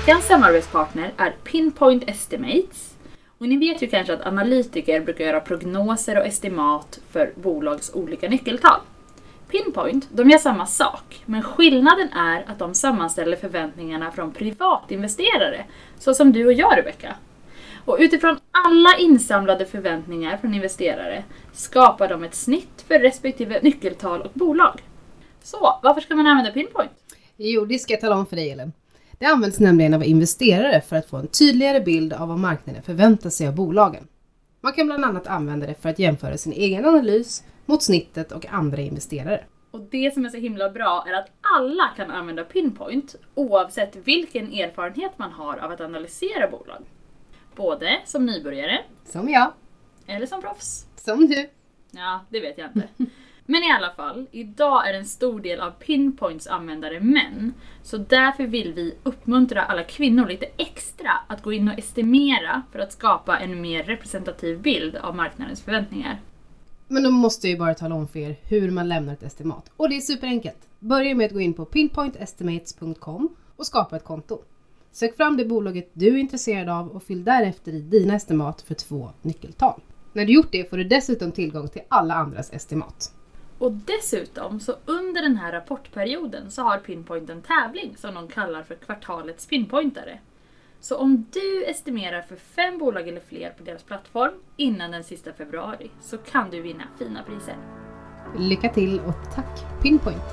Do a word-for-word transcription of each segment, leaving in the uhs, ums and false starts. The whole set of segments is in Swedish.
Veckans samarbetspartner är Pinpoint Estimates. Och ni vet ju kanske att analytiker brukar göra prognoser och estimat för bolags olika nyckeltal. Pinpoint, de gör samma sak, men skillnaden är att de sammanställer förväntningarna från privatinvesterare, så som du och jag, Rebecca. Och utifrån alla insamlade förväntningar från investerare skapar de ett snitt för respektive nyckeltal och bolag. Så, varför ska man använda Pinpoint? Jo, det ska jag tala om för dig, Ellen. Det används nämligen av investerare för att få en tydligare bild av vad marknaden förväntar sig av bolagen. Man kan bland annat använda det för att jämföra sin egen analys mot snittet och andra investerare. Och det som är så himla bra är att alla kan använda Pinpoint oavsett vilken erfarenhet man har av att analysera bolag. Både som nybörjare. Som jag. Eller som proffs. Som du. Ja, det vet jag inte. Men i alla fall, idag är en stor del av Pinpoints användare män. Så därför vill vi uppmuntra alla kvinnor lite extra att gå in och estimera för att skapa en mer representativ bild av marknadens förväntningar. Men då måste jag ju bara tala om för er hur man lämnar ett estimat. Och det är superenkelt. Börja med att gå in på pinpoint estimates punkt com och skapa ett konto. Sök fram det bolaget du är intresserad av och fyll därefter i dina estimat för två nyckeltal. När du gjort det får du dessutom tillgång till alla andras estimat. Och dessutom så under den här rapportperioden så har Pinpoint en tävling som de kallar för kvartalets pinpointare. Så om du estimerar för fem bolag eller fler på deras plattform innan den sista februari så kan du vinna fina priser. Lycka till och tack Pinpoint!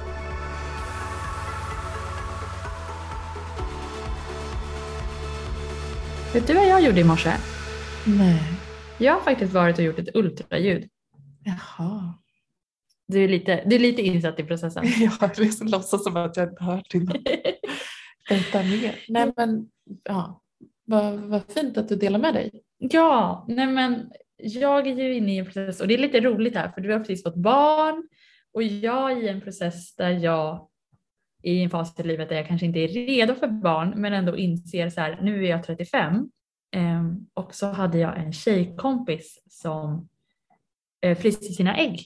Vet du vad jag gjorde i morse? Nej. Jag har faktiskt varit och gjort ett ultraljud. Jaha. Du är lite, du är lite insatt i processen. Jag har liksom låtsas som att jag inte hört innan. Vänta mer. Nej men, ja. Vad, vad fint att du delar med dig. Ja, nej men jag är ju inne i en process och det är lite roligt här för du har precis fått barn och jag är i en process där jag är i en fas i livet där jag kanske inte är redo för barn men ändå inser så här, nu är jag trettiofem um, och så hade jag en tjejkompis som uh, fryste sina ägg.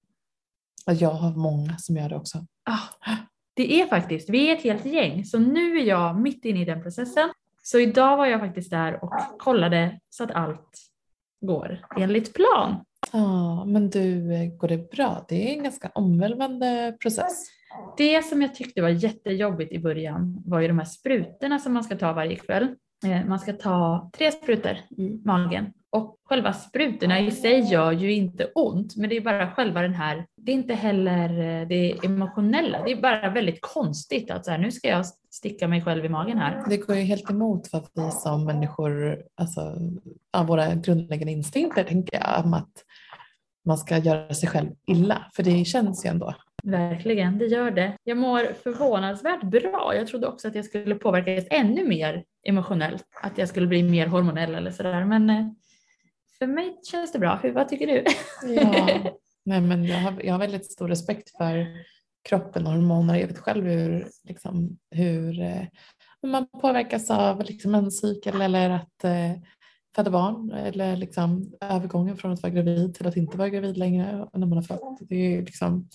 Jag har många som gör det också. Ah, det är faktiskt, vi är ett helt gäng så nu är jag mitt inne i den processen. Så idag var jag faktiskt där och kollade så att allt går enligt plan. Ja, men du, går det bra? Det är en ganska omvälvande process. Det som jag tyckte var jättejobbigt i början var ju de här sprutorna som man ska ta varje kväll. Man ska ta tre sprutor i magen. Och själva sprutorna i sig gör ju inte ont. Men det är bara själva den här. Det är inte heller det emotionella. Det är bara väldigt konstigt att så här, nu ska jag sticka mig själv i magen här. Det går ju helt emot vad vi som människor, alltså av våra grundläggande instinkter tänker jag. Om att man ska göra sig själv illa. För det känns ju ändå. Verkligen, det gör det. Jag mår förvånansvärt bra. Jag trodde också att jag skulle påverkas ännu mer emotionellt. Att jag skulle bli mer hormonell eller sådär. Men för mig känns det bra. Hur, vad tycker du? Ja, nej, men jag har, jag har väldigt stor respekt för kroppen och hormoner. Jag vet själv hur, liksom, hur eh, man påverkas av liksom, en cykel eller att eh, föda barn. Eller liksom, övergången från att vara gravid till att inte vara gravid längre när man har fött. Det är liksom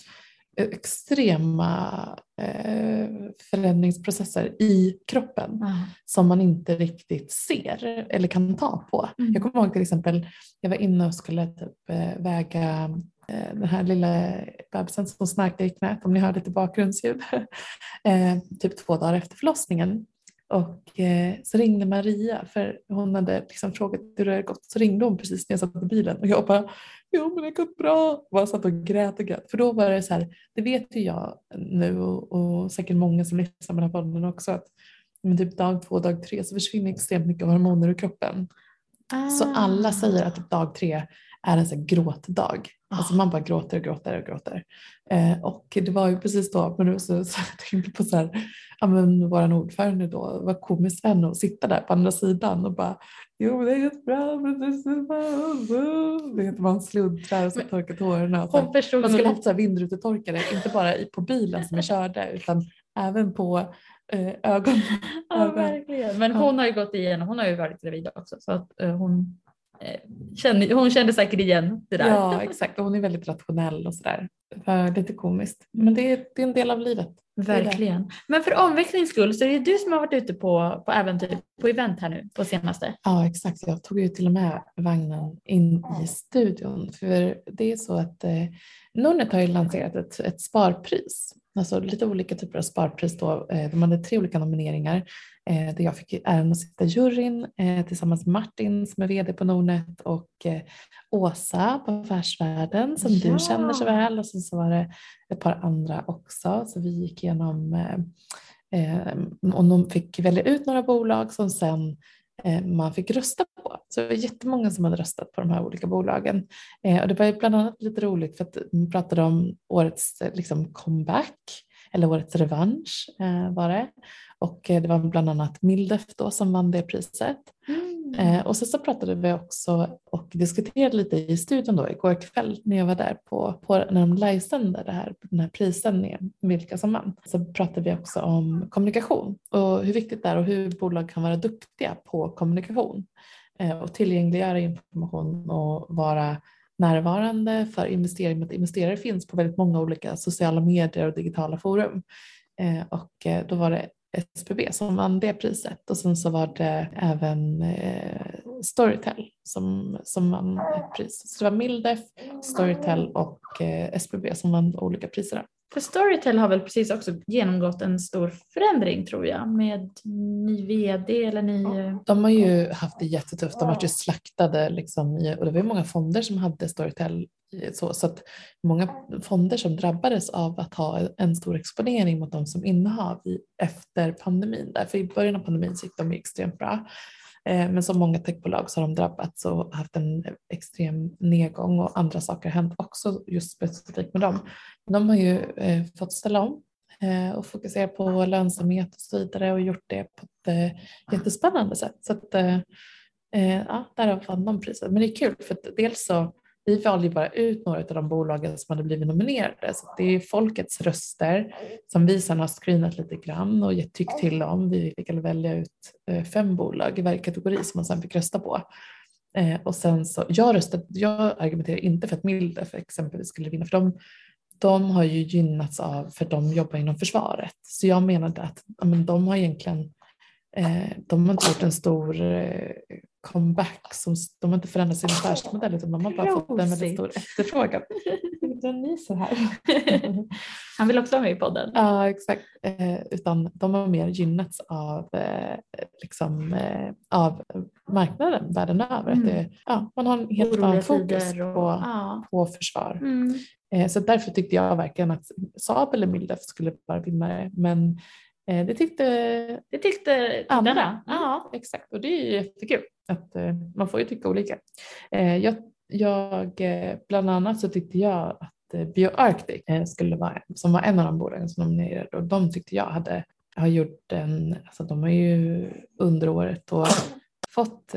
extrema eh, förändringsprocesser i kroppen mm. som man inte riktigt ser eller kan ta på. Mm. Jag kommer ihåg till exempel, jag var inne och skulle typ, eh, väga eh, den här lilla bebisen som snarkade i knät, om ni hörde lite bakgrundsljud, eh, typ två dagar efter förlossningen. Och eh, så ringde Maria för hon hade liksom frågat hur det hade gått. Så ringde hon precis när jag satt i bilen och jag bara, jo men det har gått bra. Och jag satt och grät och grät. För då var det så här, det vet ju jag nu och, och säkert många som lyssnar på den här podden också. Att men typ dag två, dag tre så försvinner extremt mycket hormoner ur kroppen. Ah. Så alla säger att dag tre är en sån här gråtdag. Ah. Alltså man bara gråter och gråter och gråter. Eh, och det var ju precis då, men så, så jag tänkte på så här, ja men våran ordförande då, var komiskt vän att sitta där på andra sidan och bara, jo det är jättebra, men det är så bra. Det heter man sluddrar och så torkat håren. Hon förstod man skulle haft så här vindrutetorkare, inte bara på bilen som jag körde, utan även på eh, ögon. Ja, verkligen. Men hon har ju gått igenom, hon har ju varit gravid också, så att eh, hon Kände, hon kände säkert igen det där. Ja, exakt. Och hon är väldigt rationell och sådär. För lite komiskt. Men det är, det är en del av livet. Verkligen. Men för omväxlings skull så är det du som har varit ute på, på äventyr, på event här nu på senaste. Ja, exakt. Jag tog ju till och med vagnen in i studion. För det är så att eh, Nordnet har ju lanserat ett, ett sparpris. Alltså lite olika typer av sparpris då. Eh, de hade tre olika nomineringar. Eh, där jag fick äran att sitta i juryn eh, tillsammans med Martin som är vd på Nordnet och eh, Åsa på Affärsvärlden som Ja. du känner så väl. Och sen så var det ett par andra också. Så vi gick igenom eh, eh, och de fick välja ut några bolag som sen man fick rösta på. Så det var jättemånga som hade röstat på de här olika bolagen. Eh, och det var ju bland annat lite roligt för att man pratade om årets liksom, comeback eller årets revansch eh, var det. Och eh, det var bland annat Mildef då som vann det priset. Mm. Eh, och så, så pratade vi också och diskuterade lite i studion då igår kväll när jag var där på, på när de livesände det här, den här prisen vilka som vann. Så pratade vi också om kommunikation och hur viktigt det är och hur bolag kan vara duktiga på kommunikation. Eh, och tillgängliggöra information och vara närvarande för investering. Att investerare finns på väldigt många olika sociala medier och digitala forum. Eh, och eh, då var det S B B som vann det priset och sen så var det även eh, Storytel som, som vann ett pris. Så det var Mildef, Storytel och eh, S B B som vann olika priser. För Storytel har väl precis också genomgått en stor förändring tror jag med ny vd eller ny... De har ju haft det jättetufft, de har varit ju slaktade liksom i, och det var ju många fonder som hade Storytel så, så att många fonder som drabbades av att ha en stor exponering mot de som innehav i, efter pandemin. Därför i början av pandemin så gick de extremt bra. Men som många techbolag så har de drabbats och haft en extrem nedgång och andra saker har hänt också just specifikt med dem. De har ju eh, fått ställa om eh, och fokusera på lönsamhet och så vidare och gjort det på ett eh, jättespännande sätt. Så att eh, ja, där vann de priset. Men det är kul för att dels så vi valde ju bara ut några av de bolagen som hade blivit nominerade. Så det är folkets röster som vi sedan har screenat lite grann och gett tyckt till om. Vi fick välja ut fem bolag i varje kategori som man sedan fick rösta på. Och sen så, jag röstade, jag argumenterar inte för att Mildef för exempelvis skulle vinna. För de, de har ju gynnats av, för de jobbar inom försvaret. Så jag menade att ja, men de har egentligen, de har inte gjort en stor comeback, som, de har inte förändrat sin affärsmodell utan de har bara fått en väldigt stor efterfrågan. Den nyser här. Han vill också vara med i podden. Ja, exakt. Eh, utan de har mer gynnats av, eh, liksom, eh, av marknaden världen över. Mm. Att det, ja, man har en helt annan fokus och, på, ja. på försvar. Mm. Eh, så därför tyckte jag verkligen att Saab eller Mildef skulle vara vinnare. Men eh, det tyckte, det tyckte andra. Mm. Ja, exakt. Och det är ju jättekul. Att, eh, man får ju tycka olika. Eh, jag, jag, eh, bland annat så tyckte jag att eh, BioArctic eh, skulle vara, som var en av de bolagen som nominerade, och de tyckte jag hade har gjort en, alltså de har ju under året och fått,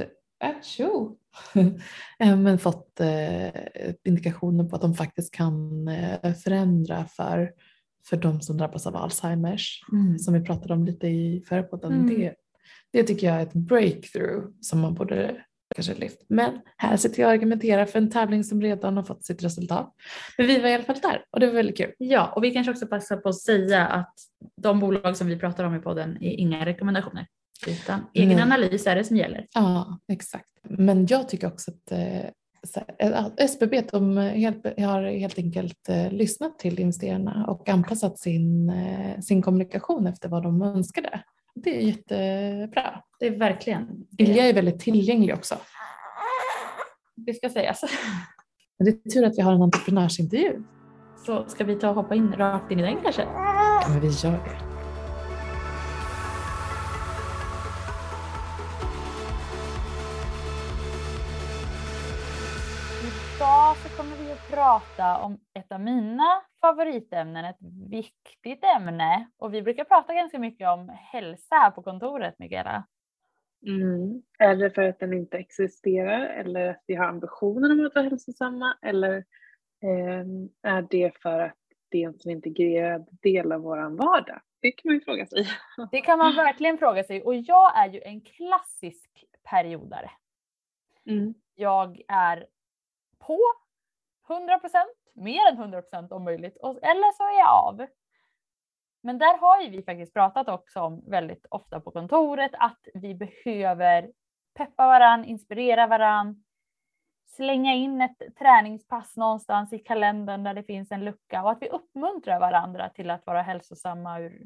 äh, men fått eh, indikationer på att de faktiskt kan eh, förändra för, för de som drabbas av Alzheimers, mm. som vi pratade om lite i förra podden. Mm. Det, det tycker jag är ett breakthrough som man borde kanske lyft. Men här sitter jag och argumenterar för en tävling som redan har fått sitt resultat. Men vi var i alla fall där och det var väldigt kul. Ja, och vi kanske också passar på att säga att de bolag som vi pratar om i podden är inga rekommendationer. Utan egen mm. analys är det som gäller. Ja, exakt. Men jag tycker också att så här, S B B de helt, har helt enkelt eh, lyssnat till investerarna och anpassat sin, eh, sin kommunikation efter vad de önskade. Det är jättebra. Det är verkligen. Ilja är väldigt tillgänglig också. Det ska sägas. Men det är tur att vi har en entreprenörsintervju. Så ska vi ta och hoppa in rakt in i den kanske? Ja, men vi gör det. Idag så kommer vi att prata om ett av mina favoritämnen, ett viktigt ämne. Och vi brukar prata ganska mycket om hälsa här på kontoret, Mikaela. Mm. Eller för att den inte existerar, eller att vi har ambitionen om att vara hälsosamma, eller eh, är det för att det är en så integrerad del av vår vardag? Det kan man ju fråga sig. Det kan man verkligen fråga sig. Och jag är ju en klassisk periodare. Mm. Jag är på hundra procent, mer än hundra procent om möjligt. Eller så är jag av. Men där har ju vi faktiskt pratat också om väldigt ofta på kontoret att vi behöver peppa varann, inspirera varann, slänga in ett träningspass någonstans i kalendern där det finns en lucka och att vi uppmuntrar varandra till att vara hälsosamma ur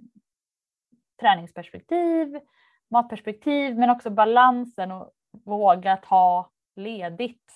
träningsperspektiv, matperspektiv, men också balansen och våga ta ledigt.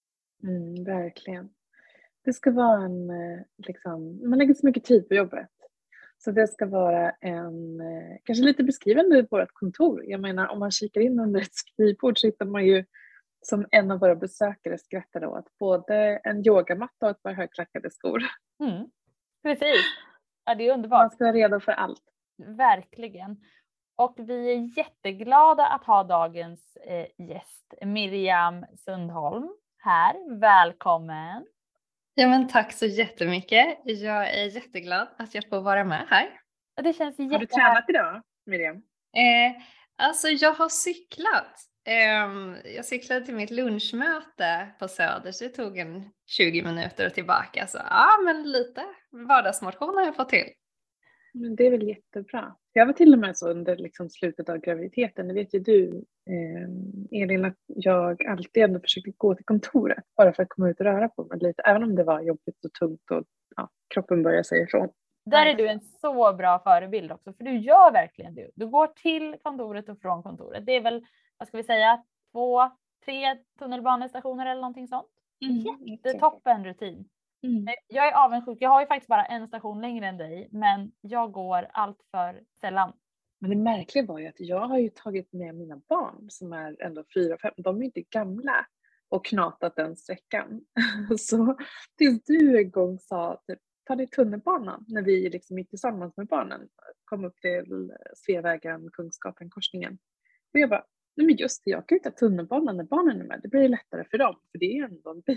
Mm, verkligen. Det ska vara en, liksom, man lägger så mycket tid på jobbet. Så det ska vara en, kanske lite beskrivande på vårt kontor. Jag menar, om man kikar in under ett skrivbord så hittar man ju, som en av våra besökare skrattade åt, både en yogamatta och ett par högklackade skor. Mm, precis. Ja, det är underbart. Man ska vara redo för allt. Verkligen. Och vi är jätteglada att ha dagens eh, gäst Miriam Sundholm här. Välkommen! Ja, men tack så jättemycket. Jag är jätteglad att jag får vara med här. Det känns Har du tränat idag, Miriam? Eh, alltså jag har cyklat. Eh, jag cyklade till mitt lunchmöte på Söder så det tog en tjugo minuter och tillbaka. Så ja, men lite vardagsmotion har jag fått till. Men det är väl jättebra. Jag var till och med så under liksom slutet av graviditeten. Det vet ju du, eh, Elin, att jag alltid ändå försökte gå till kontoret bara för att komma ut och röra på mig lite. Även om det var jobbigt och tungt och ja, kroppen börjar säga ifrån. Där är du en så bra förebild också. För du gör verkligen det. Du går till kontoret och från kontoret. Det är väl, vad ska vi säga, två, tre tunnelbanestationer eller någonting sånt. Mm, Jättetoppen rutin. Mm. Jag är avundsjuk. Jag har ju faktiskt bara en station längre än dig. Men jag går allt för sällan. Men det märkliga var ju att jag har ju tagit med mina barn som är ändå fyra, fem. De är inte gamla och knatat den sträckan. Så tills du en gång sa typ, ta dig tunnelbanan när vi liksom gick tillsammans med barnen. Kom upp till Sveavägen, Kungsgatan, korsningen. Och jag bara, nej men just det, jag kan ju ta tunnelbanan när barnen är med. Det blir lättare för dem, för det är ändå en bil.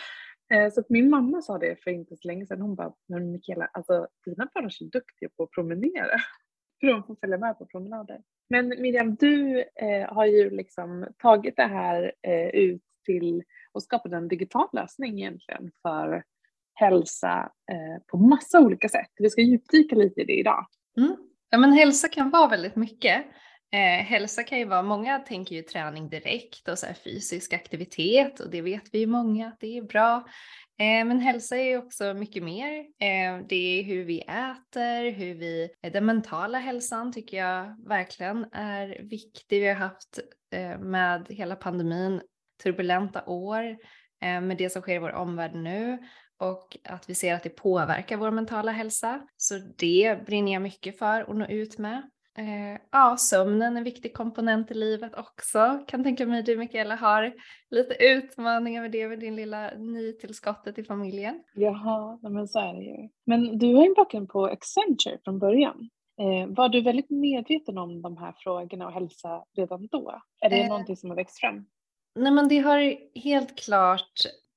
Så att min mamma sa det för inte så länge sedan. Hon bara, men Mikaela, alltså dina barn är så duktiga på att promenera. För de får följa med på promenader. Men Miriam, du eh, har ju liksom tagit det här eh, ut till och skapat en digital lösning egentligen för hälsa eh, på massa olika sätt. Vi ska djupdyka lite i det idag. Mm. Ja, men hälsa kan vara väldigt mycket. Eh, hälsa kan ju vara, många tänker ju träning direkt och så här fysisk aktivitet och det vet vi ju många att det är bra. Eh, men hälsa är också mycket mer. Eh, det är hur vi äter, hur vi, den mentala hälsan tycker jag verkligen är viktig. Vi har haft eh, med hela pandemin turbulenta år eh, med det som sker i vår omvärld nu. Och att vi ser att det påverkar vår mentala hälsa. Så det brinner jag mycket för att nå ut med. Eh, ja, sömnen är en viktig komponent i livet också. Kan tänka mig du, Mikaela, har lite utmaningar med det, med din lilla nytillskottet i familjen. Jaha, men så är det ju. Men du har ju bakgrund på Accenture från början. Eh, var du väldigt medveten om de här frågorna och hälsa redan då? Är det eh, någonting som har växt fram? Nej, men det har helt klart...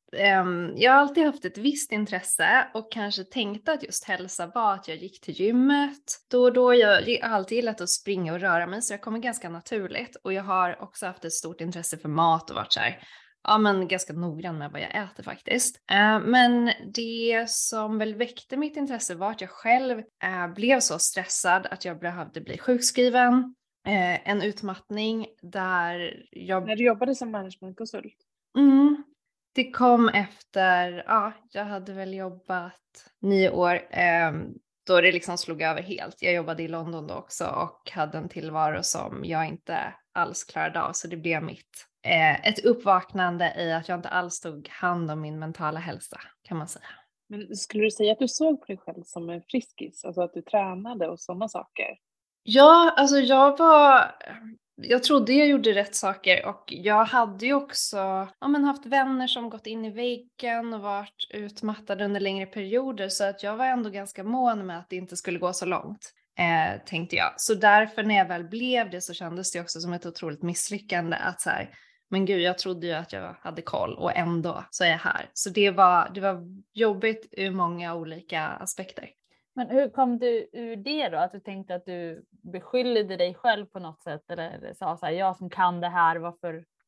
Jag har alltid haft ett visst intresse och kanske tänkte att just hälsa var att jag gick till gymmet. Då och då jag har alltid gillat att springa och röra mig så jag kommer ganska naturligt. Och jag har också haft ett stort intresse för mat och varit så här, ja men ganska noggrann med vad jag äter faktiskt. Men det som väl väckte mitt intresse var att jag själv blev så stressad att jag behövde bli sjukskriven. En utmattning där jag... När du jobbade som managementkonsult? Mm. Det kom efter, ja, jag hade väl jobbat nio år eh, då det liksom slog över helt. Jag jobbade i London då också och hade en tillvaro som jag inte alls klarade av. Så det blev mitt, eh, ett uppvaknande i att jag inte alls tog hand om min mentala hälsa, kan man säga. Men skulle du säga att du såg på dig själv som en friskis? Alltså att du tränade och sådana saker? Ja, alltså jag var... Jag trodde jag gjorde rätt saker och jag hade ju också ja, men haft vänner som gått in i väggen och varit utmattade under längre perioder. Så att jag var ändå ganska mån med att det inte skulle gå så långt, eh, tänkte jag. Så därför när jag väl blev det så kändes det också som ett otroligt misslyckande att så här, men gud, jag trodde ju att jag hade koll och ändå så är jag här. Så det var, det var jobbigt ur många olika aspekter. Men hur kom du ur det då? Att du tänkte att du beskyllde dig själv på något sätt? Eller sa så här, jag som kan det här, varför,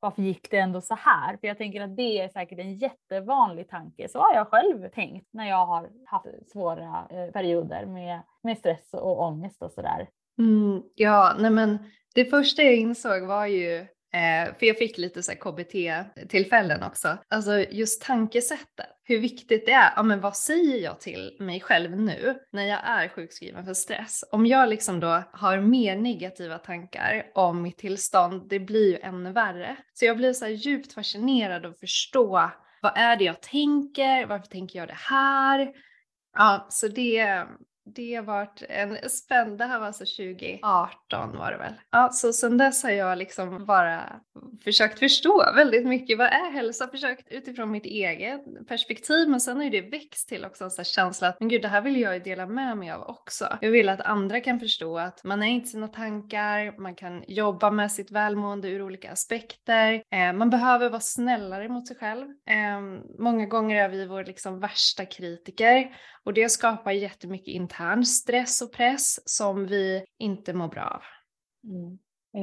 varför gick det ändå så här? För jag tänker att det är säkert en jättevanlig tanke. Så har jag själv tänkt när jag har haft svåra eh, perioder med, med stress och ångest och sådär. Mm, ja, nej men det första jag insåg var ju, eh, för jag fick lite så här K B T-tillfällen också. Alltså just tankesättet, hur viktigt det är. Ja, men vad säger jag till mig själv nu när jag är sjukskriven för stress? Om jag liksom då har mer negativa tankar om mitt tillstånd, det blir ju ännu värre. Så jag blir så här djupt fascinerad att förstå, vad är det jag tänker? Varför tänker jag det här? Ja, så det... Det har varit en spännande, det här var alltså tjugo arton var det väl. Ja, så sen dess har jag liksom bara försökt förstå väldigt mycket. Vad är hälsa? Försökt utifrån mitt eget perspektiv. Men sen har ju det växt till också en sån här känsla att men gud, det här vill jag ju dela med mig av också. Jag vill att andra kan förstå att man är inte sina tankar. Man kan jobba med sitt välmående ur olika aspekter. Eh, man behöver vara snällare mot sig själv. Eh, många gånger är vi vår liksom värsta kritiker. Och det skapar jättemycket intern stress och press som vi inte mår bra av. Mm.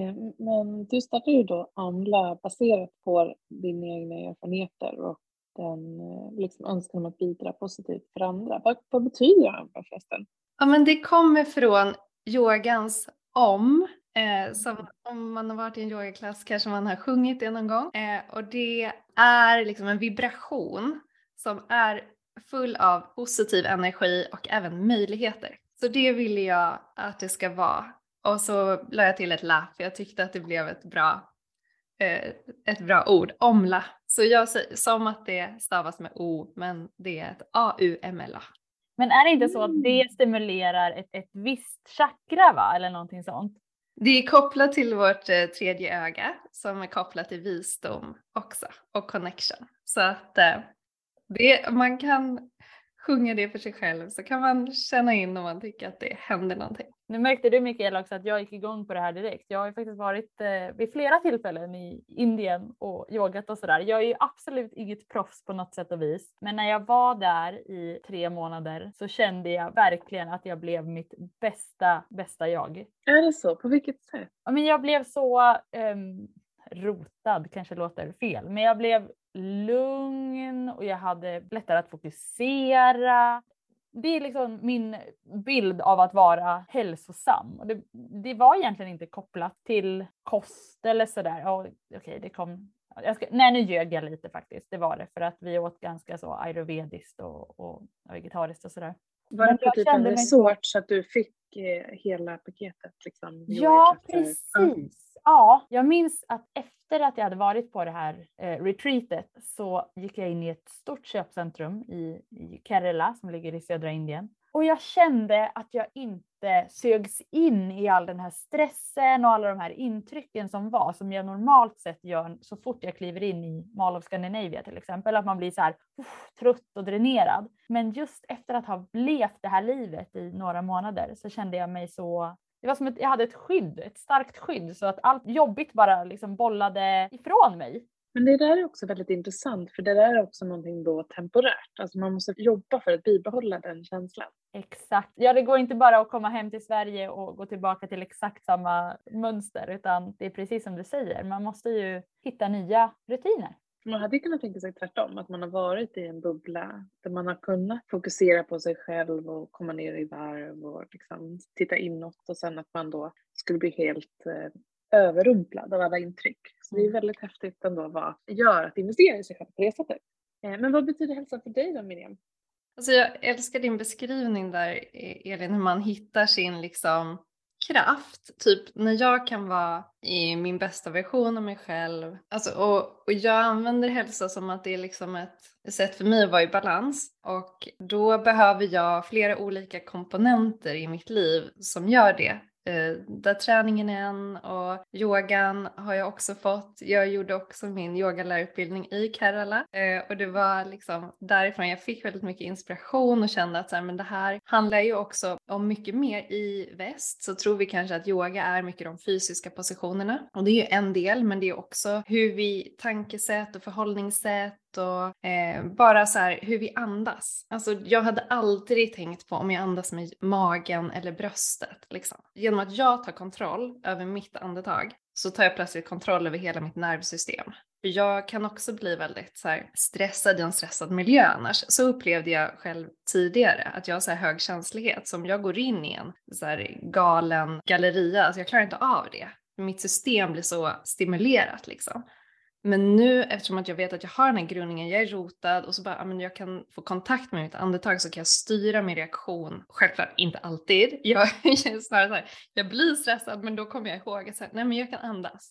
Men du startade ju då Amla baserat på dina egna erfarenheter och den liksom önskan om att bidra positivt för andra. Vad, vad betyder Amla förresten? Ja, men det kommer från yogans om. Eh, som om man har varit i en yogaklass kanske man har sjungit det någon gång. Eh, och det är liksom en vibration som är full av positiv energi och även möjligheter. Så det ville jag att det ska vara. Och så la jag till ett la, för jag tyckte att det blev ett bra, eh, ett bra ord. Omla. Så jag säger som att det stavas med O, men det är ett A U M L A. Men är det inte så att det stimulerar ett, ett visst chakra, va? Eller någonting sånt? Det är kopplat till vårt eh, tredje öga som är kopplat till visdom också och connection. Så att eh, det, man kan sjunga det för sig själv, så kan man känna in om man tycker att det händer någonting. Nu märkte du, Mikaela, också att jag gick igång på det här direkt. Jag har ju faktiskt varit eh, vid flera tillfällen i Indien och yogat och sådär. Jag är ju absolut inget proffs på något sätt och vis. Men när jag var där i tre månader så kände jag verkligen att jag blev mitt bästa, bästa jag. Är det så? På vilket sätt? Ja, men jag blev så um, rotad, kanske låter fel. Men jag blev lugn och jag hade lättare att fokusera. Det är liksom min bild av att vara hälsosam. Och det, det var egentligen inte kopplat till kost eller sådär. Oh, Okej, okay, det kom... Jag ska, nej, nu ljög jag lite faktiskt. Det var det för att vi åt ganska så ayurvediskt och, och vegetariskt och sådär. Var det på typ en resort så att du fick eh, hela paketet? Liksom, ja, precis. Mm. Ja, jag minns att efter att jag hade varit på det här eh, retreatet så gick jag in i ett stort köpcentrum i, i Kerala som ligger i södra Indien. Och jag kände att jag inte sögs in i all den här stressen och alla de här intrycken som var, som jag normalt sett gör så fort jag kliver in i Mall of Scandinavia till exempel. Att man blir så här uff, trött och dränerad. Men just efter att ha levt det här livet i några månader så kände jag mig så... Det var som att jag hade ett skydd, ett starkt skydd, så att allt jobbigt bara liksom bollade ifrån mig. Men det där är också väldigt intressant, för det där är också någonting då temporärt. Alltså man måste jobba för att bibehålla den känslan. Exakt. Ja, det går inte bara att komma hem till Sverige och gå tillbaka till exakt samma mönster, utan det är precis som du säger. Man måste ju hitta nya rutiner. Man hade kunnat tänka sig tvärtom, att man har varit i en bubbla där man har kunnat fokusera på sig själv och komma ner i varv och liksom titta inåt, och sen att man då skulle bli helt eh, överrumplad av alla intryck. Så det är väldigt häftigt ändå vad det gör att investera i sig själv på det sättet. Eh, men vad betyder hälsa för dig då, Miriam? Alltså jag älskar din beskrivning där, Elin, hur man hittar sin liksom kraft. Typ när jag kan vara i min bästa version av mig själv. Alltså, och, och jag använder hälsa som att det är liksom ett sätt för mig att vara i balans. Och då behöver jag flera olika komponenter i mitt liv som gör det. Uh, där träningen är en, och yogan har jag också fått. Jag gjorde också min yogalärarutbildning i Kerala uh, och det var liksom därifrån jag fick väldigt mycket inspiration och kände att så här, men det här handlar ju också om mycket mer. I väst så tror vi kanske att yoga är mycket de fysiska positionerna, och det är ju en del, men det är också hur vi tankesätt och förhållningssätt och eh, bara så här hur vi andas. Alltså jag hade aldrig tänkt på om jag andas med magen eller bröstet liksom. Genom att jag tar kontroll över mitt andetag så tar jag plötsligt kontroll över hela mitt nervsystem. För jag kan också bli väldigt så här, stressad i en stressad miljö annars. Så upplevde jag själv tidigare att jag har så här hög känslighet. Som jag går in i en så här galen galleria, alltså jag klarar inte av det. Mitt system blir så stimulerat liksom. Men nu, eftersom att jag vet att jag har den här grundningen, jag är rotad och så bara, ja, men jag kan få kontakt med mitt andetag, så kan jag styra min reaktion. Självklart inte alltid. Jag, jag är snarare så här, jag blir stressad, men då kommer jag ihåg att säga, nej men jag kan andas.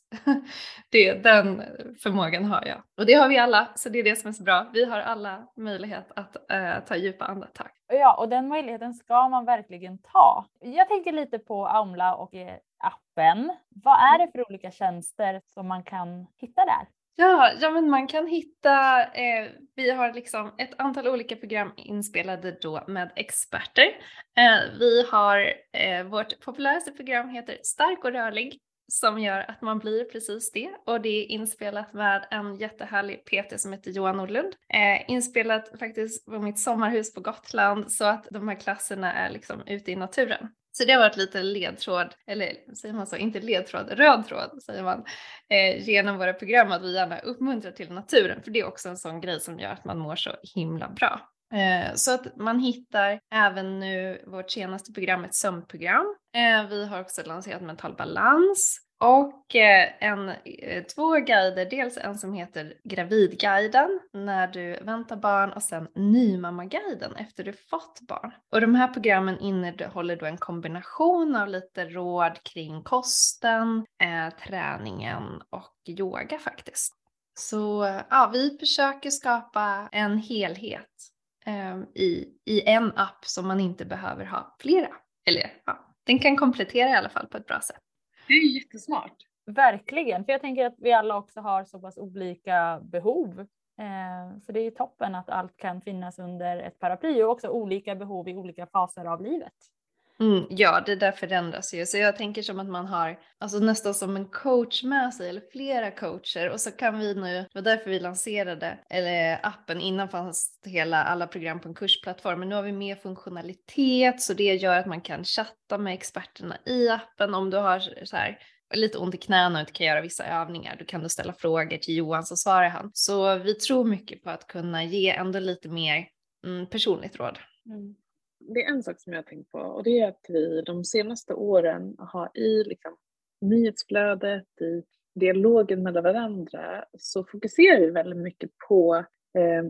Det, den förmågan har jag. Och det har vi alla, så det är det som är så bra. Vi har alla möjlighet att äh, ta djupa andetag. Ja, och den möjligheten ska man verkligen ta. Jag tänker lite på Aumla och appen. Vad är det för olika tjänster som man kan hitta där? Ja, ja men man kan hitta, eh, vi har liksom ett antal olika program inspelade då med experter. Eh, vi har, eh, vårt populäraste program heter Stark och rörlig, som gör att man blir precis det. Och det är inspelat med en jättehärlig P T som heter Johan Nordlund. Eh, inspelat faktiskt på mitt sommarhus på Gotland, så att de här klasserna är liksom ute i naturen. Så det har varit lite ledtråd, eller säger man så, inte ledtråd, röd tråd säger man, eh, genom våra program, att vi gärna uppmuntrar till naturen. För det är också en sån grej som gör att man mår så himla bra. Eh, så att man hittar även nu vårt senaste program, ett sömnprogram. Eh, vi har också lanserat mental balans. Och en, två guider, dels en som heter Gravidguiden när du väntar barn, och sen Nymammaguiden efter du fått barn. Och de här programmen innehåller då en kombination av lite råd kring kosten, eh, träningen och yoga faktiskt. Så ja, vi försöker skapa en helhet eh, i, i en app som man inte behöver ha flera. Eller ja, den kan komplettera i alla fall på ett bra sätt. Det är jättesmart. Verkligen, för jag tänker att vi alla också har så pass olika behov. Eh, så det är toppen att allt kan finnas under ett paraply, och också olika behov i olika faser av livet. Mm, ja, det där förändras ju. Så jag tänker som att man har alltså nästan som en coach med sig, eller flera coacher. Och så kan vi nu, det var därför vi lanserade eller appen, innan fanns hela alla program på en kursplattform. Men nu har vi mer funktionalitet, så det gör att man kan chatta med experterna i appen. Om du har så här lite ont i knäna och inte kan göra vissa övningar, då kan du ställa frågor till Johan, så svarar han. Så vi tror mycket på att kunna ge ändå lite mer mm, personligt råd. Mm. Det är en sak som jag har tänkt på, och det är att vi de senaste åren har i liksom, nyhetsflödet, i dialogen med varandra, så fokuserar vi väldigt mycket på eh,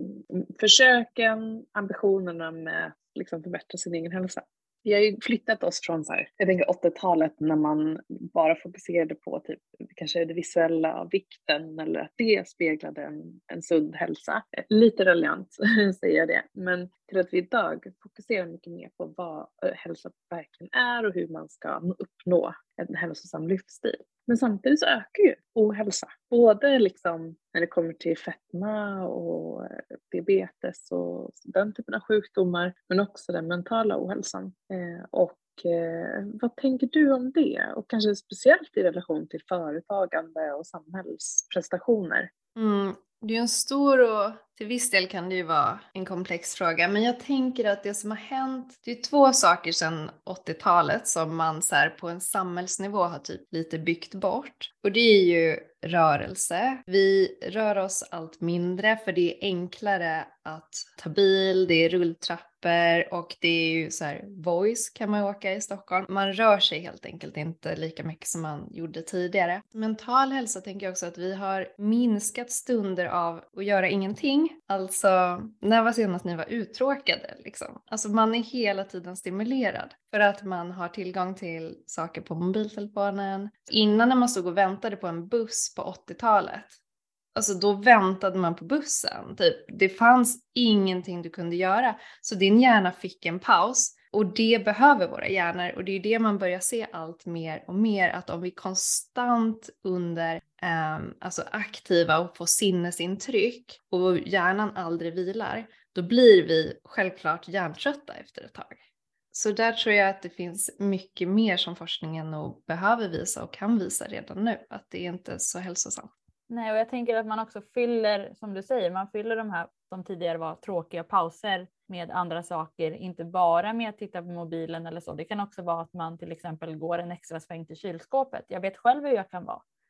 försöken, ambitionerna med att liksom, förbättra sin egen hälsa. Vi har ju flyttat oss från så här, jag tänker åttiotalet, när man bara fokuserade på typ, kanske det visuella, vikten, eller att det speglade en, en sund hälsa. Lite raljant säger jag det, men till att vi idag fokuserar mycket mer på vad hälsa verkligen är och hur man ska uppnå en hälsosam livsstil. Men samtidigt så ökar ju ohälsa, både liksom när det kommer till fetma och diabetes och den typen av sjukdomar, men också den mentala ohälsan. Eh, och eh, vad tänker du om det? Och kanske speciellt i relation till företagande och samhällsprestationer. Mm. Det är en stor, och till viss del kan det ju vara en komplex fråga. Men jag tänker att det som har hänt, det är två saker sedan åttiotalet som man så här på en samhällsnivå har typ lite byggt bort. Och det är ju rörelse. Vi rör oss allt mindre för det är enklare att ta bil, det är rulltrappor och det är ju så här voice kan man åka i Stockholm. Man rör sig helt enkelt inte lika mycket som man gjorde tidigare. Mental hälsa tänker jag också att vi har minskat stunder av att göra ingenting. Alltså, när var senast ni var uttråkade liksom? Alltså man är hela tiden stimulerad för att man har tillgång till saker på mobiltelefonen. Innan när man stod och väntade på en buss på åttiotalet, alltså då väntade man på bussen. Typ. Det fanns ingenting du kunde göra. Så din hjärna fick en paus. Och det behöver våra hjärnor. Och det är det man börjar se allt mer och mer. Att om vi konstant under um, alltså aktiva och får sinnesintryck. Och hjärnan aldrig vilar. Då blir vi självklart hjärntrötta efter ett tag. Så där tror jag att det finns mycket mer som forskningen nog behöver visa och kan visa redan nu. Att det är inte är så hälsosamt. Nej, och jag tänker att man också fyller, som du säger, man fyller de här som tidigare var tråkiga pauser med andra saker. Inte bara med att titta på mobilen eller så. Det kan också vara att man till exempel går en extra sväng till kylskåpet. Jag vet själv hur jag kan vara.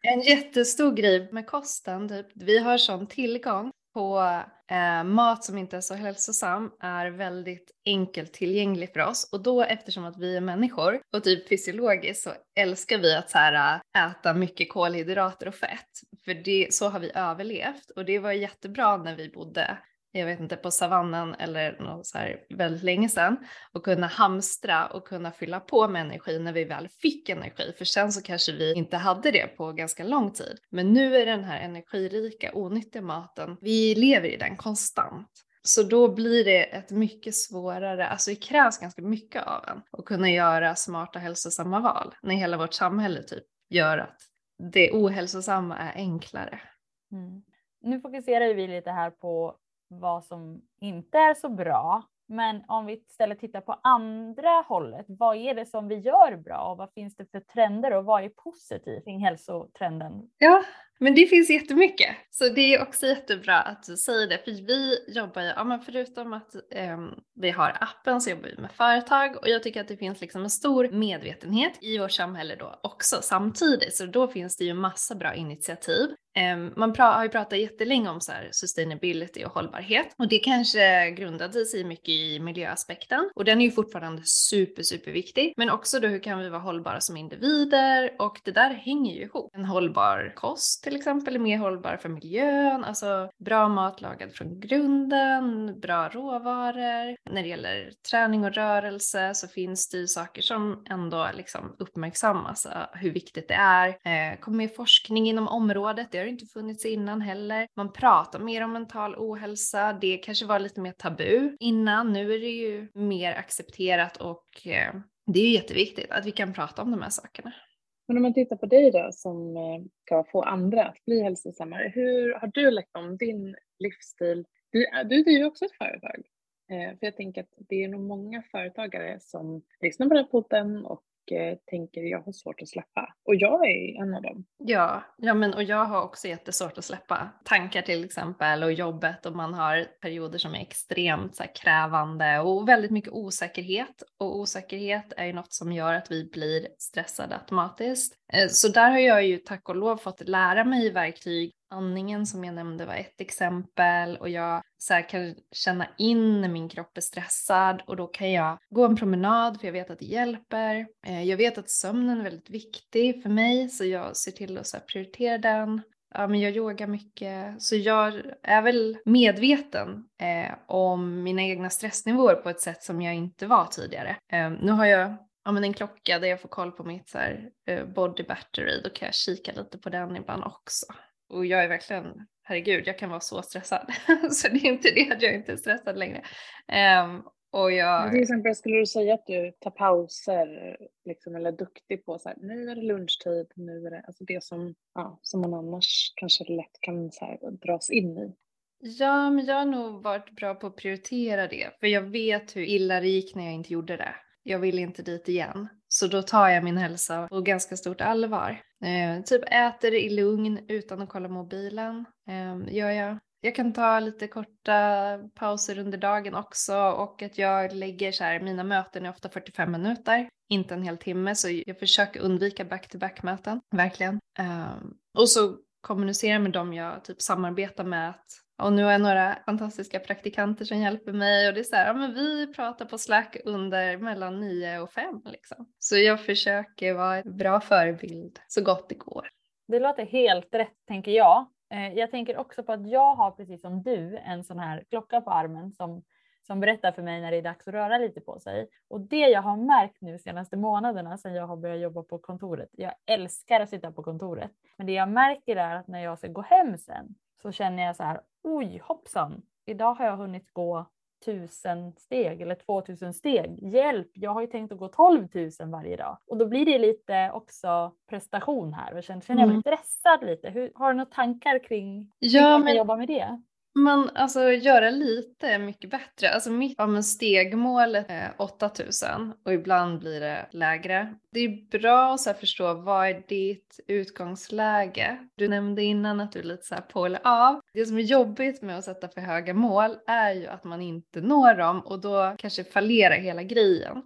En jättestor grej med kosten, typ, vi har sån tillgång på eh, mat som inte är så hälsosam är väldigt enkelt tillgänglig för oss. Och då eftersom att vi är människor och typ fysiologiskt så älskar vi att så här, äta mycket kolhydrater och fett. För det, så har vi överlevt och det var jättebra när vi bodde, jag vet inte, på savannen eller något så här väldigt länge sedan. Och kunna hamstra och kunna fylla på med energi när vi väl fick energi. För sen så kanske vi inte hade det på ganska lång tid. Men nu är den här energirika, onyttiga maten, vi lever i den konstant. Så då blir det ett mycket svårare, alltså det krävs ganska mycket av en. Att kunna göra smarta, hälsosamma val. När hela vårt samhälle typ gör att det ohälsosamma är enklare. Mm. Nu fokuserar ju vi lite här på vad som inte är så bra. Men om vi istället tittar på andra hållet, vad är det som vi gör bra och vad finns det för trender och vad är positivt kring hälsotrenden? Ja, men det finns jättemycket. Så det är också jättebra att du säger det. För vi jobbar ju, ja, men förutom att eh, vi har appen så jobbar vi med företag. Och jag tycker att det finns liksom en stor medvetenhet i vårt samhälle då också samtidigt. Så då finns det ju massa bra initiativ. Man har ju pratat jättelänge om så här sustainability och hållbarhet och det kanske grundade sig mycket i miljöaspekten och den är ju fortfarande super super viktig, men också då hur kan vi vara hållbara som individer och det där hänger ju ihop. En hållbar kost till exempel är mer hållbar för miljön, alltså bra mat lagad från grunden, bra råvaror. När det gäller träning och rörelse så finns det ju saker som ändå liksom uppmärksammas hur viktigt det är. Eh, kommer med forskning inom området, det har inte funnits innan heller. Man pratar mer om mental ohälsa. Det kanske var lite mer tabu innan. Nu är det ju mer accepterat och eh, det är ju jätteviktigt att vi kan prata om de här sakerna. Men om man tittar på dig då som ska få andra att bli hälsosammare. Hur har du lagt om din livsstil? Du, du driver ju också ett företag. Eh, för jag tänker att det är nog många företagare som lyssnar på den här podden och tänker jag har svårt att släppa. Och jag är en av dem. Ja, ja men och jag har också jättesvårt att släppa tankar till exempel och jobbet och man har perioder som är extremt så här, krävande och väldigt mycket osäkerhet. Och osäkerhet är ju något som gör att vi blir stressade automatiskt. Så där har jag ju tack och lov fått lära mig verktyg. Andningen som jag nämnde var ett exempel och jag så här, kan känna in när min kropp är stressad och då kan jag gå en promenad för jag vet att det hjälper. Jag vet att sömnen är väldigt viktig för mig så jag ser till att så här, prioritera den. Ja, men jag yogar mycket så jag är väl medveten eh, om mina egna stressnivåer på ett sätt som jag inte var tidigare. Eh, nu har jag ja, men en klocka där jag får koll på mitt så här, eh, body battery, då kan jag kika lite på den ibland också. Och jag är verkligen, herregud, jag kan vara så stressad. Så det är inte det att jag inte är stressad längre. Um, och jag... Till exempel skulle du säga att du tar pauser liksom, eller är duktig på så här, nu är det lunchtid, nu är det alltså det som, ja, som man annars kanske lätt kan så här, dras in i. Ja, men jag har nog varit bra på att prioritera det. För jag vet hur illa det gick när jag inte gjorde det. Jag vill inte dit igen. Så då tar jag min hälsa på ganska stort allvar. Eh, typ äter i lugn utan att kolla mobilen. Eh, gör jag. Jag kan ta lite korta pauser under dagen också. Och att jag lägger så här, mina möten är ofta fyrtiofem minuter. Inte en hel timme. Så jag försöker undvika back-to-back-möten. Verkligen. Eh, och så kommunicera med dem jag typ samarbetar med. Att och nu har jag några fantastiska praktikanter som hjälper mig. Och det är så här, ja, men vi pratar på Slack under mellan nio och fem liksom. Så jag försöker vara en bra förebild så gott det går. Det låter helt rätt tänker jag. Jag tänker också på att jag har precis som du en sån här klocka på armen som, som berättar för mig när det är dags att röra lite på sig. Och det jag har märkt nu senaste månaderna sedan jag har börjat jobba på kontoret. Jag älskar att sitta på kontoret. Men det jag märker är att när jag ska gå hem sen så känner jag så här, oj hoppsan, idag har jag hunnit gå tusen steg eller tvåtusen steg. Hjälp, jag har ju tänkt att gå tolvtusen varje dag. Och då blir det lite också prestation här. Och känner, känner jag mig Mm. stressad lite. Hur, har du några tankar kring Ja, hur men- man jobbar med det? Man, alltså göra lite är mycket bättre. Alltså mitt ja, men stegmålet är åtta tusen och ibland blir det lägre. Det är bra att så här förstå vad är ditt utgångsläge. Du nämnde innan att du är lite så här på eller av. Det som är jobbigt med att sätta för höga mål är ju att man inte når dem och då kanske fallerar hela grejen.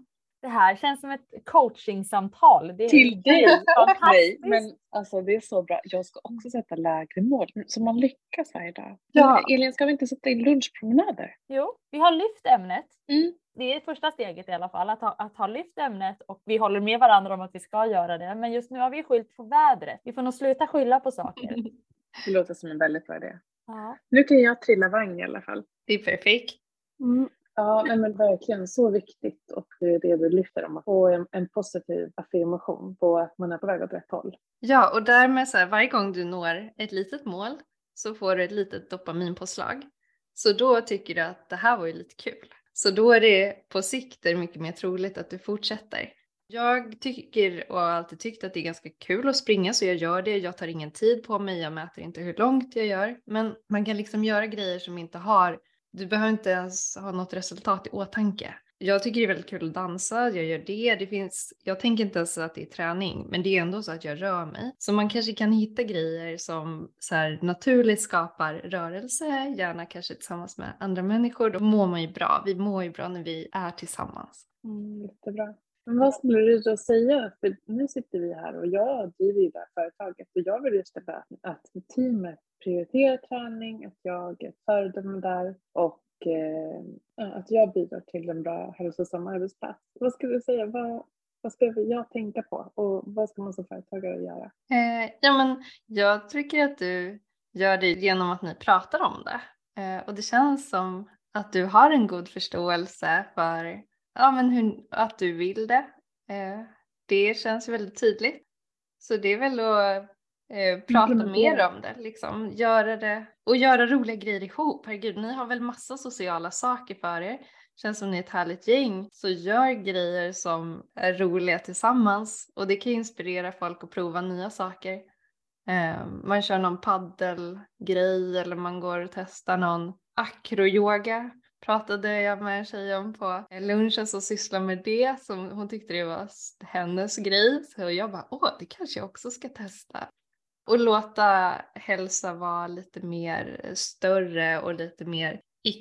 Det här känns som ett coachingsamtal. Det är Till dig och mig. fantastiskt. Men alltså det är så bra. Jag ska också sätta lägre mål. Så man lyckas varje dag. Ja. Elin, ska vi inte sätta in lunchpromenader? Jo, vi har lyft ämnet. Mm. Det är första steget i alla fall, att ha, att ha lyft ämnet, och vi håller med varandra om att vi ska göra det. Men just nu har vi skyllt på vädret. Vi får nog sluta skylla på saker. Det låter som en väldigt bra idé. Ja. Nu kan jag trilla vagn i alla fall. Det är perfekt. Mm. Ja, nej, men verkligen så viktigt, och det är det du lyfter om, att få en, en positiv affirmation på att man är på väg åt rätt håll. Ja, och därmed så här, varje gång du når ett litet mål så får du ett litet dopaminpåslag. Så då tycker du att det här var ju lite kul. Så då är det på sikt är det mycket mer troligt att du fortsätter. Jag tycker och har alltid tyckt att det är ganska kul att springa, så jag gör det. Jag tar ingen tid på mig, jag mäter inte hur långt jag gör. Men man kan liksom göra grejer som inte har, du behöver inte ens ha något resultat i åtanke. Jag tycker det är väldigt kul att dansa, jag gör det. Det finns, jag tänker inte ens att det är träning, men det är ändå så att jag rör mig. Så man kanske kan hitta grejer som så här naturligt skapar rörelse, gärna kanske tillsammans med andra människor. Då mår man ju bra, vi mår ju bra när vi är tillsammans. Mm, jättebra. Men vad skulle du då säga? För nu sitter vi här och jag driver ju det här företaget, och jag vill just det att teamet prioriterar träning, att jag är ett föredöme där, och eh, att jag bidrar till en bra hälsosam arbetsplats. Vad skulle du säga? Vad, vad ska jag tänka på, och vad ska man som företagare göra? Eh, ja, men jag tycker att du gör det genom att ni pratar om det. Eh, och det känns som att du har en god förståelse för ja, men hur, att du vill det. Eh, det känns väldigt tydligt. Så det är väl att eh, prata mer om det. Liksom. Göra det. Och göra roliga grejer ihop. Herregud, ni har väl massa sociala saker för er. Känns som ni är ett härligt gäng. Så gör grejer som är roliga tillsammans. Och det kan inspirera folk att prova nya saker. Eh, man kör någon paddelgrej. Eller man går och testar någon akroyoga. Pratade jag med en tjej om på lunchen som sysslar med det. Som hon tyckte det var hennes grej. Så jag bara, åh, det kanske jag också ska testa. Och låta hälsa vara lite mer större och lite mer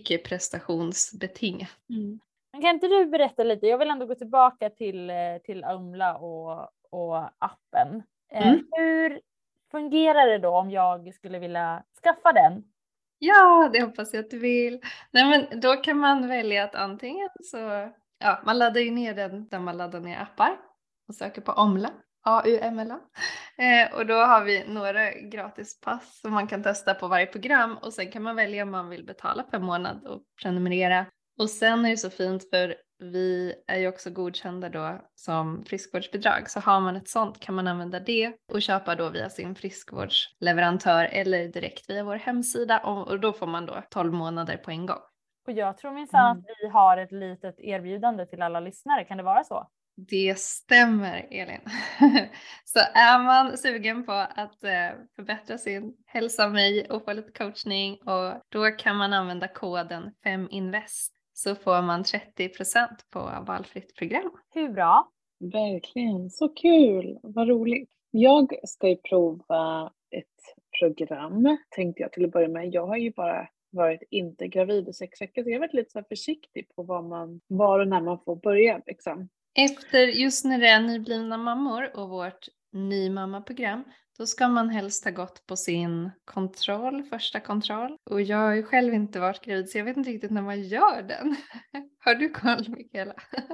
icke-prestationsbetingat. Mm. Men kan inte du berätta lite? Jag vill ändå gå tillbaka till, till Umla och, och appen. Mm. Eh, hur fungerar det då om jag skulle vilja skaffa den? Ja, det hoppas jag att du vill. Nej, men då kan man välja att antingen så, ja, man laddar ju ner den där man laddar ner appar och söker på Umla, A U M L A. Eh, och då har vi några gratispass som man kan testa på varje program, och sen kan man välja om man vill betala per månad och prenumerera. Och sen är det så fint, för vi är ju också godkända då som friskvårdsbidrag. Så har man ett sånt kan man använda det och köpa då via sin friskvårdsleverantör eller direkt via vår hemsida. Och då får man då tolv månader på en gång. Och jag tror minsann Mm. att vi har ett litet erbjudande till alla lyssnare. Kan det vara så? Det stämmer, Elin. Så är man sugen på att förbättra sin hälsa mig och få lite coachning, och då kan man använda koden fem invest. Så får man trettio procent på valfritt program. Hur bra? Verkligen, så kul. Vad roligt. Jag ska ju prova ett program, tänkte jag till att börja med. Jag har ju bara varit inte gravid i sex veckor, så jag har varit lite så här försiktig på vad man, var och när man får börja. Liksom. Efter just när det är nyblivna mammor och vårt nymammaprogram, då ska man helst ha gått på sin kontroll, första kontroll. Och jag har ju själv inte varit gravid, så jag vet inte riktigt när man gör den. Har du koll, Mikaela?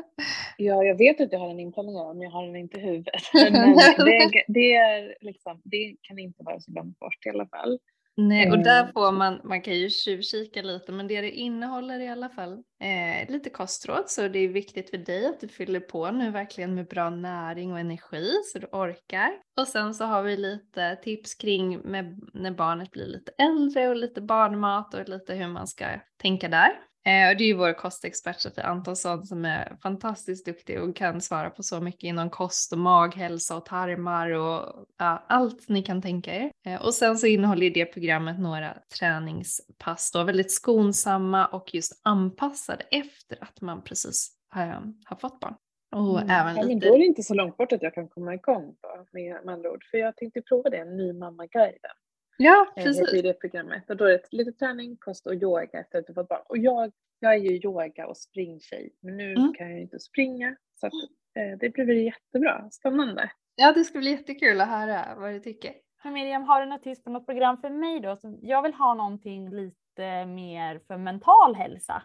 Ja, jag vet att jag har den inplanerad, men jag har den inte i huvudet. Men det, det, är liksom, det kan inte vara så långt bort i alla fall. Nej, och där får man, man kan ju tjuvkika lite, men det det innehåller i alla fall eh, lite kostråd. Så det är viktigt för dig att du fyller på nu verkligen med bra näring och energi så du orkar. Och sen så har vi lite tips kring med, när barnet blir lite äldre och lite barnmat och lite hur man ska tänka där. Eh, och det är ju vår kostexpert Sofie Antonsson som är fantastiskt duktig och kan svara på så mycket inom kost och maghälsa och tarmar och ja, allt ni kan tänka er. Eh, och sen så innehåller det programmet några träningspass då, väldigt skonsamma och just anpassade efter att man precis eh, har fått barn. Och mm. även ja, lite... men då är det inte så långt bort att jag kan komma igång då, med, med andra ord. För jag tänkte prova det, en ny mamma-guiden. Ja, eh, precis. heter ju det programmet. Och då är det lite träning, kost och yoga efter att du fått barn. Och jag, jag är ju yoga och springtjej. Men nu Mm. kan jag ju inte springa. Så att, eh, det blir väl jättebra. Spännande. Ja, det ska bli jättekul att höra vad du tycker. Men Miriam, har du något tips på något program för mig då? Så jag vill ha någonting lite mer för mental hälsa.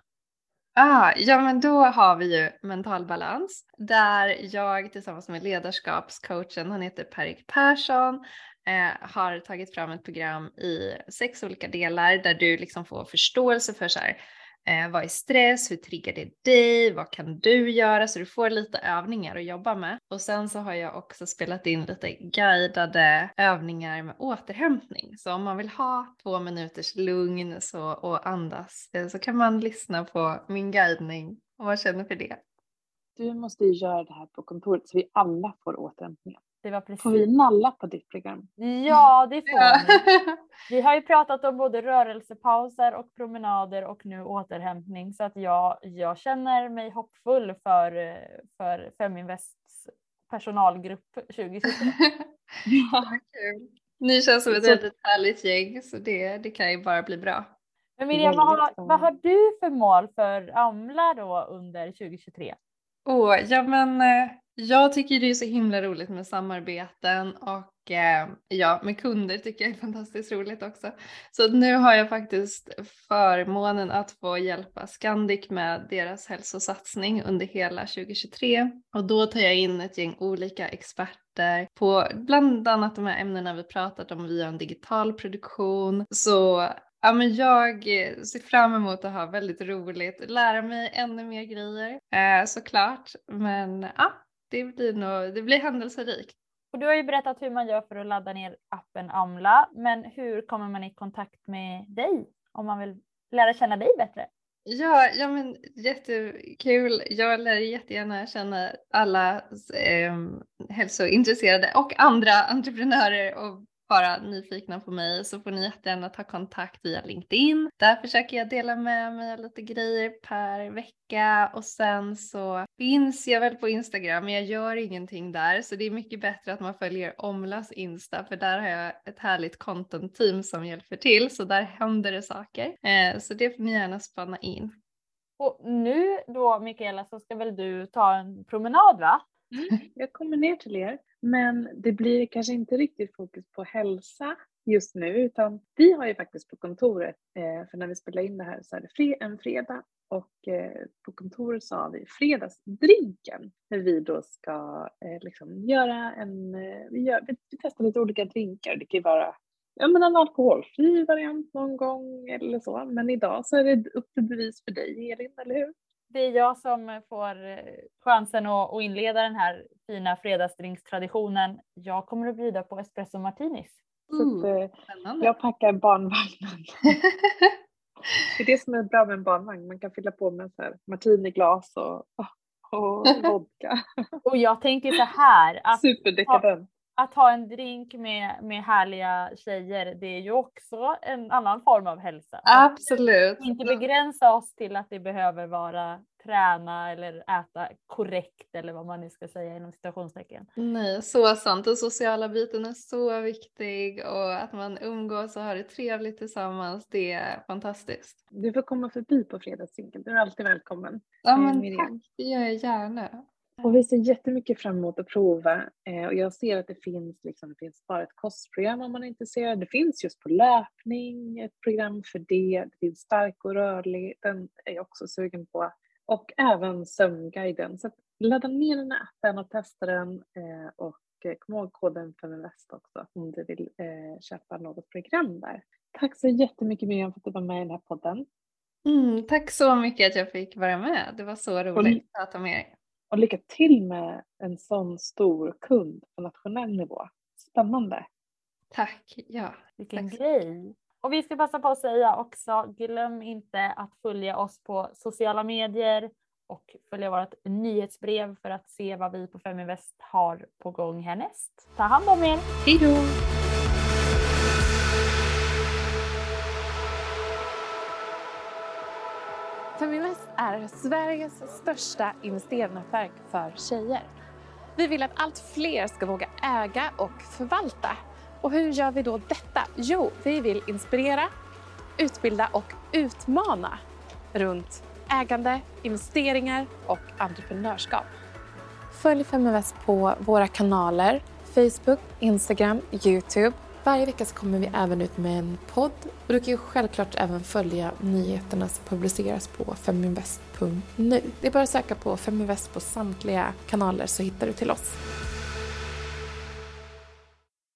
Ah, ja, men då har vi ju mental balans där jag tillsammans med ledarskapscoachen, han heter Per-Erik Persson, eh, har tagit fram ett program i sex olika delar där du liksom får förståelse för så här, eh, vad är stress, hur triggar det dig, vad kan du göra, så du får lite övningar att jobba med. Och sen så har jag också spelat in lite guidade övningar med återhämtning. Så om man vill ha två minuters lugn så, och andas eh, så kan man lyssna på min guidning och vad känner för det. Du måste ju göra det här på kontoret så vi alla får återhämtning. Det var precis. Får vi nalla på ditt program? Ja, det får Ja. ni. Vi har ju pratat om både rörelsepauser och promenader och nu återhämtning. Så att jag, jag känner mig hoppfull för, för Feminvests personalgrupp tjugo tjugotre. Ja, kul. Ni känns som ett Så- väldigt härligt gäng så det, det kan ju bara bli bra. Men Miriam, vad har, Väldigt vad har du för mål för Amla då under tjugo tjugotre? Åh, ja men eh, jag tycker det är så himla roligt med samarbeten och eh, ja, med kunder tycker jag är fantastiskt roligt också. Så nu har jag faktiskt förmånen att få hjälpa Scandic med deras hälsosatsning under hela tjugo tjugotre. Och då tar jag in ett gäng olika experter på bland annat de här ämnena vi pratat om via en digital produktion. Så ja, men jag ser fram emot att ha väldigt roligt, lära mig ännu mer grejer eh, såklart. Men ja, det blir nog, det blir händelserikt. Och du har ju berättat hur man gör för att ladda ner appen Amla. Men hur kommer man i kontakt med dig om man vill lära känna dig bättre? Ja, ja men jättekul. Jag lär jättegärna känna alla eh, hälsointresserade och andra entreprenörer och bara nyfikna på mig, så får ni jättegärna ta kontakt via LinkedIn. Där försöker jag dela med mig av lite grejer per vecka och sen så finns jag väl på Instagram, men jag gör ingenting där, så det är mycket bättre att man följer Omlas Insta, för där har jag ett härligt content-team som hjälper till, så där händer det saker. Eh, så det får ni gärna spana in. Och nu då Mikaela så ska väl du ta en promenad va? Mm, jag kommer ner till er, men det blir kanske inte riktigt fokus på hälsa just nu, utan vi har ju faktiskt på kontoret, eh, för när vi spelar in det här så är det fre- en fredag och eh, på kontoret så har vi fredagsdrinken när vi då ska eh, liksom göra en, eh, vi, gör, vi, vi testar lite olika drinkar. Det kan ju vara ja, men en alkoholfri variant någon gång eller så, men idag så är det upp till bevis för dig Elin, eller hur? Det är jag som får chansen att, att inleda den här fina fredagsdrinkstraditionen. Jag kommer att bjuda på espresso martinis. Så att, eh, Spännande. jag packar barnvagnen. Det är det som är bra med en barnvagn. Man kan fylla på med så här martiniglas och, och vodka. Och jag tänker så här. Att Superdekadent. Att ha en drink med, med härliga tjejer, det är ju också en annan form av hälsa. Absolut. Inte begränsa oss till att det behöver vara träna eller äta korrekt eller vad man nu ska säga inom citationstecken. Nej, så sant. Den sociala biten är så viktig och att man umgås och har det trevligt tillsammans, det är fantastiskt. Du får komma förbi på fredagsdrinken. Du är alltid välkommen. Ja, eh, men Miriam. tack. Det gör jag gärna. Och vi ser jättemycket fram emot att prova. Eh, och jag ser att det finns, liksom, det finns bara ett kostprogram om man är intresserad. Det finns just på löpning ett program för det. Det finns stark och rörlig. Den är jag också sugen på. Och även sömnguiden. Så att ladda ner den här appen och testa den. Eh, och kom ihåg koden för Feminvest också om du vill eh, köpa något program där. Tack så jättemycket Miriam för att du var med i den här podden. Mm, tack så mycket att jag fick vara med. Det var så roligt att prata med er. Och lycka till med en sån stor kund på nationell nivå. Spännande. Tack, ja. Vilken Tack. grej. Och vi ska passa på att säga också, glöm inte att följa oss på sociala medier och följa vårt nyhetsbrev för att se vad vi på Feminvest har på gång härnäst. Ta hand om er. Hej då! Feminvest är Sveriges största investeringsnätverk för tjejer. Vi vill att allt fler ska våga äga och förvalta. Och hur gör vi då detta? Jo, vi vill inspirera, utbilda och utmana runt ägande, investeringar och entreprenörskap. Följ Feminvest på våra kanaler Facebook, Instagram, YouTube. Varje vecka så kommer vi även ut med en podd. Och du kan ju självklart även följa nyheterna som publiceras på feminvest punkt nu. Det är bara att söka på Feminvest på samtliga kanaler så hittar du till oss.